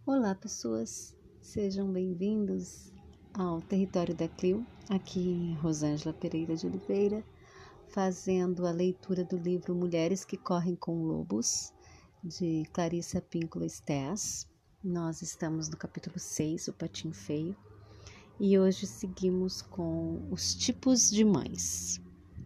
Olá, pessoas, sejam bem-vindos ao Território da Clio, aqui Rosângela Pereira de Oliveira, fazendo a leitura do livro Mulheres que Correm com Lobos, de Clarissa Pinkola Estés. Nós estamos no capítulo 6, o Patinho Feio, e hoje seguimos com os tipos de mães.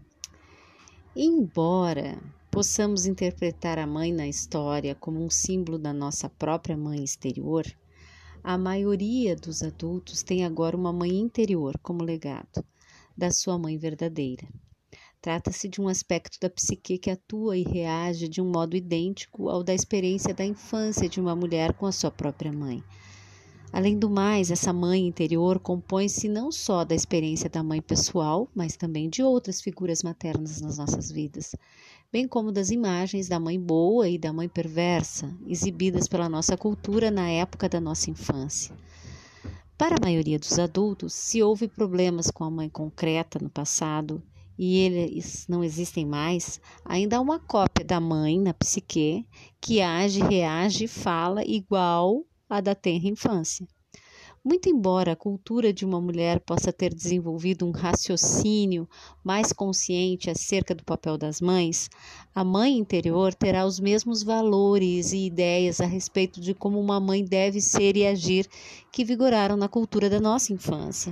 Embora possamos interpretar a mãe na história como um símbolo da nossa própria mãe exterior, a maioria dos adultos tem agora uma mãe interior como legado da sua mãe verdadeira. Trata-se de um aspecto da psique que atua e reage de um modo idêntico ao da experiência da infância de uma mulher com a sua própria mãe. Além do mais, essa mãe interior compõe-se não só da experiência da mãe pessoal, mas também de outras figuras maternas nas nossas vidas, bem como das imagens da mãe boa e da mãe perversa, exibidas pela nossa cultura na época da nossa infância. Para a maioria dos adultos, se houve problemas com a mãe concreta no passado e eles não existem mais, ainda há uma cópia da mãe na psique que age, reage e fala igual à da tenra infância. Muito embora a cultura de uma mulher possa ter desenvolvido um raciocínio mais consciente acerca do papel das mães, a mãe interior terá os mesmos valores e ideias a respeito de como uma mãe deve ser e agir que vigoraram na cultura da nossa infância.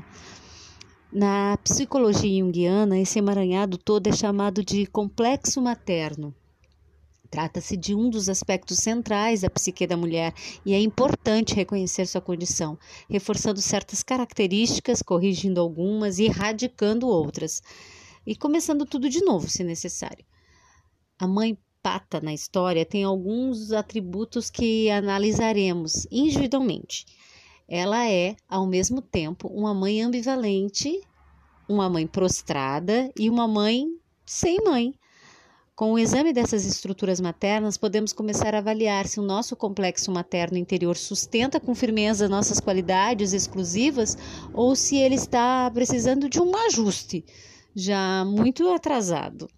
Na psicologia junguiana, esse emaranhado todo é chamado de complexo materno. Trata-se de um dos aspectos centrais da psique da mulher e é importante reconhecer sua condição, reforçando certas características, corrigindo algumas e erradicando outras, e começando tudo de novo, se necessário. A mãe pata na história tem alguns atributos que analisaremos individualmente. Ela é, ao mesmo tempo, uma mãe ambivalente, uma mãe prostrada e uma mãe sem mãe. Com o exame dessas estruturas maternas, podemos começar a avaliar se o nosso complexo materno interior sustenta com firmeza nossas qualidades exclusivas ou se ele está precisando de um ajuste, já muito atrasado.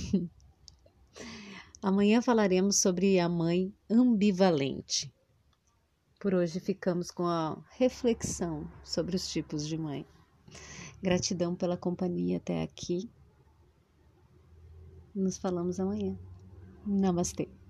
Amanhã falaremos sobre a mãe ambivalente. Por hoje ficamos com a reflexão sobre os tipos de mãe. Gratidão pela companhia até aqui. Nos falamos amanhã. Namastê.